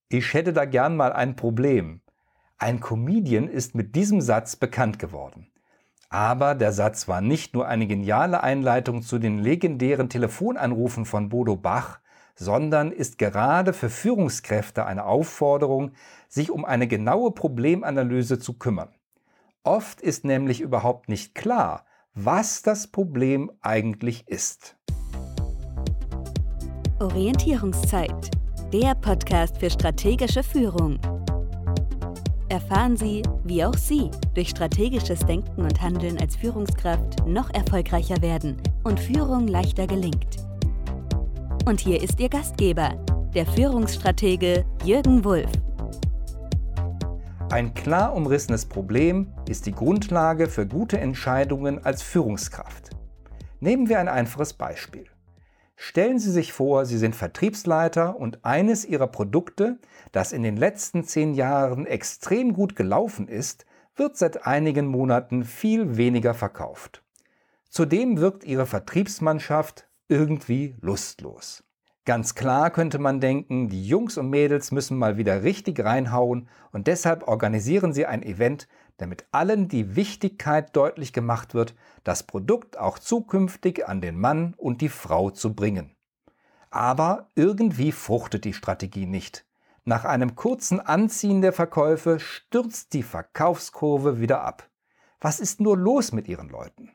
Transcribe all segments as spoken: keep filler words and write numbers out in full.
Ich hätte da gern mal ein Problem. Ein Comedian ist mit diesem Satz bekannt geworden. Aber der Satz war nicht nur eine geniale Einleitung zu den legendären Telefonanrufen von Bodo Bach, sondern ist gerade für Führungskräfte eine Aufforderung, sich um eine genaue Problemanalyse zu kümmern. Oft ist nämlich überhaupt nicht klar, was das Problem eigentlich ist. Orientierungszeit, der Podcast für strategische Führung. Erfahren Sie, wie auch Sie durch strategisches Denken und Handeln als Führungskraft noch erfolgreicher werden und Führung leichter gelingt. Und hier ist Ihr Gastgeber, der Führungsstratege Jürgen Wulff. Ein klar umrissenes Problem ist die Grundlage für gute Entscheidungen als Führungskraft. Nehmen wir ein einfaches Beispiel. Stellen Sie sich vor, Sie sind Vertriebsleiter und eines Ihrer Produkte, das in den letzten zehn Jahren extrem gut gelaufen ist, wird seit einigen Monaten viel weniger verkauft. Zudem wirkt Ihre Vertriebsmannschaft irgendwie lustlos. Ganz klar könnte man denken, die Jungs und Mädels müssen mal wieder richtig reinhauen und deshalb organisieren sie ein Event, damit allen die Wichtigkeit deutlich gemacht wird, das Produkt auch zukünftig an den Mann und die Frau zu bringen. Aber irgendwie fruchtet die Strategie nicht. Nach einem kurzen Anziehen der Verkäufe stürzt die Verkaufskurve wieder ab. Was ist nur los mit Ihren Leuten?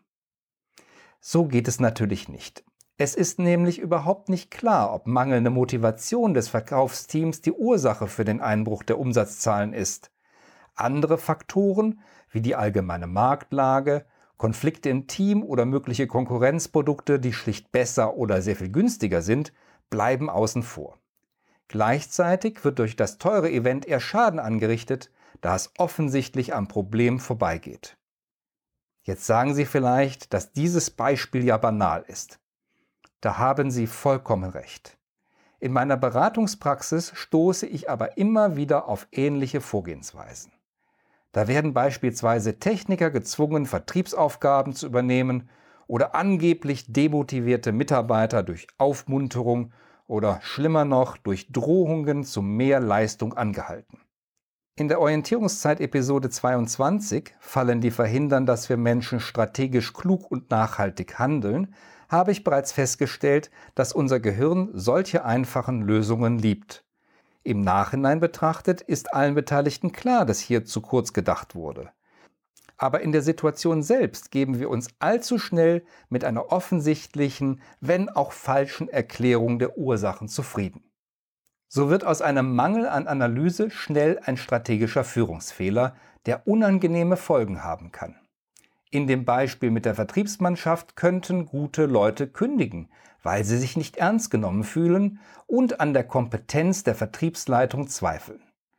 So geht es natürlich nicht. Es ist nämlich überhaupt nicht klar, ob mangelnde Motivation des Verkaufsteams die Ursache für den Einbruch der Umsatzzahlen ist. Andere Faktoren, wie die allgemeine Marktlage, Konflikte im Team oder mögliche Konkurrenzprodukte, die schlicht besser oder sehr viel günstiger sind, bleiben außen vor. Gleichzeitig wird durch das teure Event eher Schaden angerichtet, da es offensichtlich am Problem vorbeigeht. Jetzt sagen Sie vielleicht, dass dieses Beispiel ja banal ist. Da haben Sie vollkommen recht. In meiner Beratungspraxis stoße ich aber immer wieder auf ähnliche Vorgehensweisen. Da werden beispielsweise Techniker gezwungen, Vertriebsaufgaben zu übernehmen oder angeblich demotivierte Mitarbeiter durch Aufmunterung oder schlimmer noch durch Drohungen zu mehr Leistung angehalten. In der Orientierungszeit-Episode zweiundzwanzig, Fallen, die verhindern, dass wir Menschen strategisch klug und nachhaltig handeln, habe ich bereits festgestellt, dass unser Gehirn solche einfachen Lösungen liebt. Im Nachhinein betrachtet ist allen Beteiligten klar, dass hier zu kurz gedacht wurde. Aber in der Situation selbst geben wir uns allzu schnell mit einer offensichtlichen, wenn auch falschen Erklärung der Ursachen zufrieden. So wird aus einem Mangel an Analyse schnell ein strategischer Führungsfehler, der unangenehme Folgen haben kann. In dem Beispiel mit der Vertriebsmannschaft könnten gute Leute kündigen, weil sie sich nicht ernst genommen fühlen und an der Kompetenz der Vertriebsleitung zweifeln.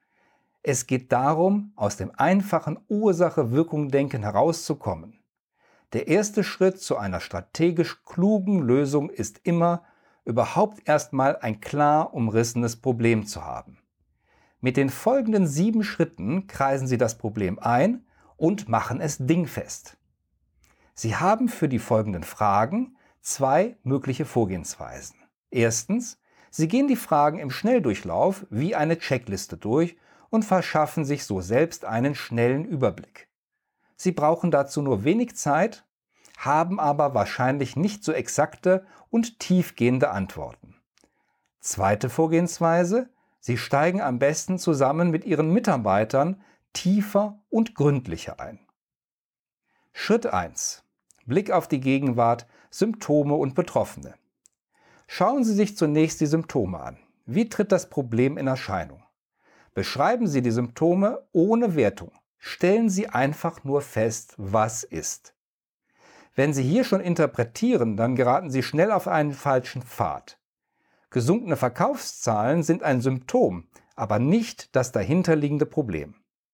Es geht darum, aus dem einfachen Ursache-Wirkung-Denken herauszukommen. Der erste Schritt zu einer strategisch klugen Lösung ist immer, überhaupt erstmal ein klar umrissenes Problem zu haben. Mit den folgenden sieben Schritten kreisen Sie das Problem ein und machen es dingfest. Sie haben für die folgenden Fragen zwei mögliche Vorgehensweisen. Erstens, Sie gehen die Fragen im Schnelldurchlauf wie eine Checkliste durch und verschaffen sich so selbst einen schnellen Überblick. Sie brauchen dazu nur wenig Zeit, haben aber wahrscheinlich nicht so exakte und tiefgehende Antworten. Zweite Vorgehensweise, Sie steigen am besten zusammen mit Ihren Mitarbeitern tiefer und gründlicher ein. Schritt eins. Blick auf die Gegenwart, Symptome und Betroffene. Schauen Sie sich zunächst die Symptome an. Wie tritt das Problem in Erscheinung? Beschreiben Sie die Symptome ohne Wertung. Stellen Sie einfach nur fest, was ist. Wenn Sie hier schon interpretieren, dann geraten Sie schnell auf einen falschen Pfad. Gesunkene Verkaufszahlen sind ein Symptom, aber nicht das dahinterliegende Problem.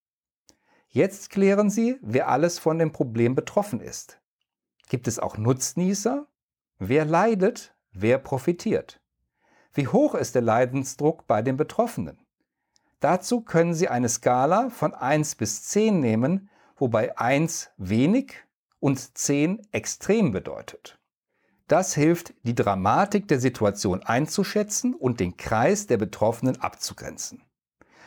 Jetzt klären Sie, wer alles von dem Problem betroffen ist. Gibt es auch Nutznießer? Wer leidet? Wer profitiert? Wie hoch ist der Leidensdruck bei den Betroffenen? Dazu können Sie eine Skala von eins bis zehn nehmen, wobei eins wenig und zehn extrem bedeutet. Das hilft, die Dramatik der Situation einzuschätzen und den Kreis der Betroffenen abzugrenzen.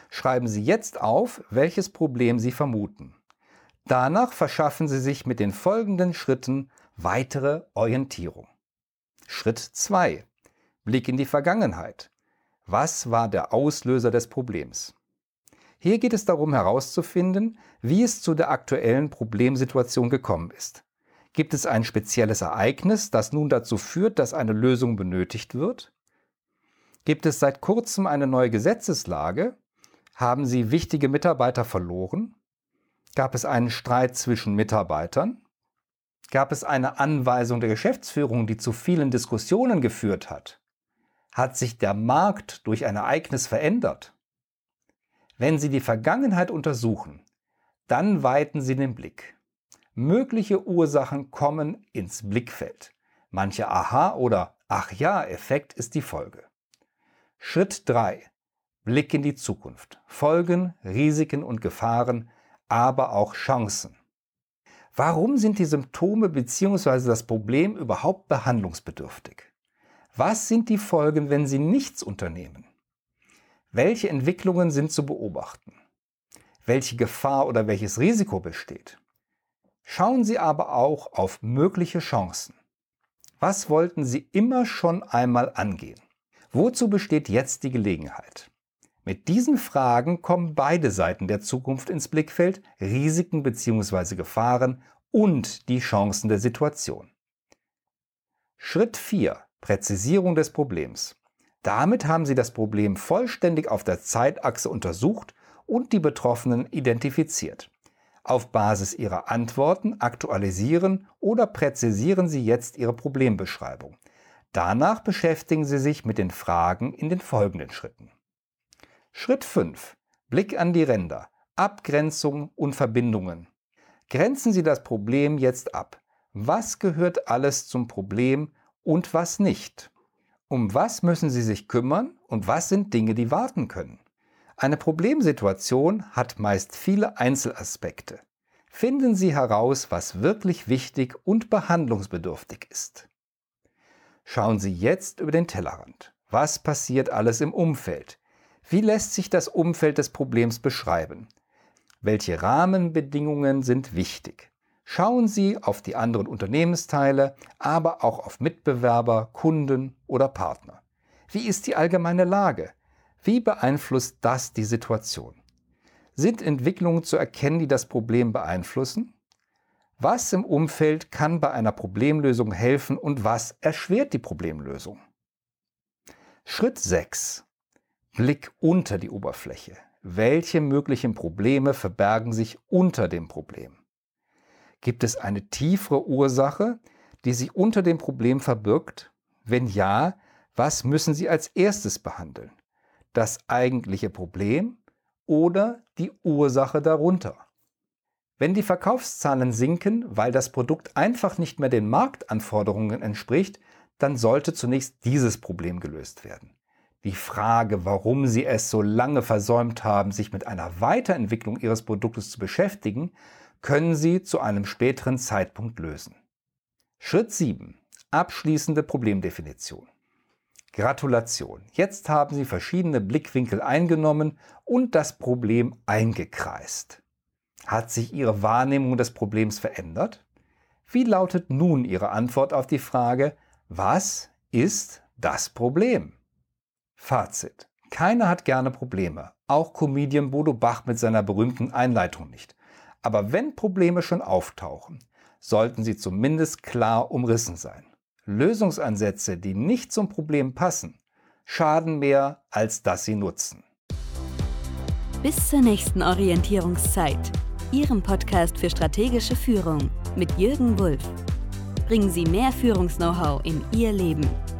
Schreiben Sie jetzt auf, welches Problem Sie vermuten. Danach verschaffen Sie sich mit den folgenden Schritten weitere Orientierung. Schritt zwei. Blick in die Vergangenheit. Was war der Auslöser des Problems? Hier geht es darum herauszufinden, wie es zu der aktuellen Problemsituation gekommen ist. Gibt es ein spezielles Ereignis, das nun dazu führt, dass eine Lösung benötigt wird? Gibt es seit kurzem eine neue Gesetzeslage? Haben Sie wichtige Mitarbeiter verloren? Gab es einen Streit zwischen Mitarbeitern? Gab es eine Anweisung der Geschäftsführung, die zu vielen Diskussionen geführt hat? Hat sich der Markt durch ein Ereignis verändert? Wenn Sie die Vergangenheit untersuchen, dann weiten Sie den Blick. Mögliche Ursachen kommen ins Blickfeld. Mancher Aha- oder Ach-ja-Effekt ist die Folge. Schritt drei. Blick in die Zukunft. Folgen, Risiken und Gefahren, aber auch Chancen. Warum sind die Symptome bzw. das Problem überhaupt behandlungsbedürftig? Was sind die Folgen, wenn Sie nichts unternehmen? Welche Entwicklungen sind zu beobachten? Welche Gefahr oder welches Risiko besteht? Schauen Sie aber auch auf mögliche Chancen. Was wollten Sie immer schon einmal angehen? Wozu besteht jetzt die Gelegenheit? Mit diesen Fragen kommen beide Seiten der Zukunft ins Blickfeld, Risiken bzw. Gefahren und die Chancen der Situation. Schritt vier. Präzisierung des Problems. Damit haben Sie das Problem vollständig auf der Zeitachse untersucht und die Betroffenen identifiziert. Auf Basis Ihrer Antworten aktualisieren oder präzisieren Sie jetzt Ihre Problembeschreibung. Danach beschäftigen Sie sich mit den Fragen in den folgenden Schritten. Schritt fünf. Blick an die Ränder, Abgrenzung und Verbindungen. Grenzen Sie das Problem jetzt ab. Was gehört alles zum Problem und was nicht? Um was müssen Sie sich kümmern und was sind Dinge, die warten können? Eine Problemsituation hat meist viele Einzelaspekte. Finden Sie heraus, was wirklich wichtig und behandlungsbedürftig ist. Schauen Sie jetzt über den Tellerrand. Was passiert alles im Umfeld? Wie lässt sich das Umfeld des Problems beschreiben? Welche Rahmenbedingungen sind wichtig? Schauen Sie auf die anderen Unternehmensteile, aber auch auf Mitbewerber, Kunden oder Partner. Wie ist die allgemeine Lage? Wie beeinflusst das die Situation? Sind Entwicklungen zu erkennen, die das Problem beeinflussen? Was im Umfeld kann bei einer Problemlösung helfen und was erschwert die Problemlösung? Schritt sechs. Blick unter die Oberfläche. Welche möglichen Probleme verbergen sich unter dem Problem? Gibt es eine tiefere Ursache, die sich unter dem Problem verbirgt? Wenn ja, was müssen Sie als erstes behandeln? Das eigentliche Problem oder die Ursache darunter? Wenn die Verkaufszahlen sinken, weil das Produkt einfach nicht mehr den Marktanforderungen entspricht, dann sollte zunächst dieses Problem gelöst werden. Die Frage, warum Sie es so lange versäumt haben, sich mit einer Weiterentwicklung Ihres Produktes zu beschäftigen, können Sie zu einem späteren Zeitpunkt lösen. Schritt sieben. Abschließende Problemdefinition. Gratulation! Jetzt haben Sie verschiedene Blickwinkel eingenommen und das Problem eingekreist. Hat sich Ihre Wahrnehmung des Problems verändert? Wie lautet nun Ihre Antwort auf die Frage, was ist das Problem? Fazit. Keiner hat gerne Probleme, auch Comedian Bodo Bach mit seiner berühmten Einleitung nicht. Aber wenn Probleme schon auftauchen, sollten sie zumindest klar umrissen sein. Lösungsansätze, die nicht zum Problem passen, schaden mehr, als dass sie nutzen. Bis zur nächsten Orientierungszeit, Ihrem Podcast für strategische Führung mit Jürgen Wulff. Bringen Sie mehr Führungs-Know-how in Ihr Leben.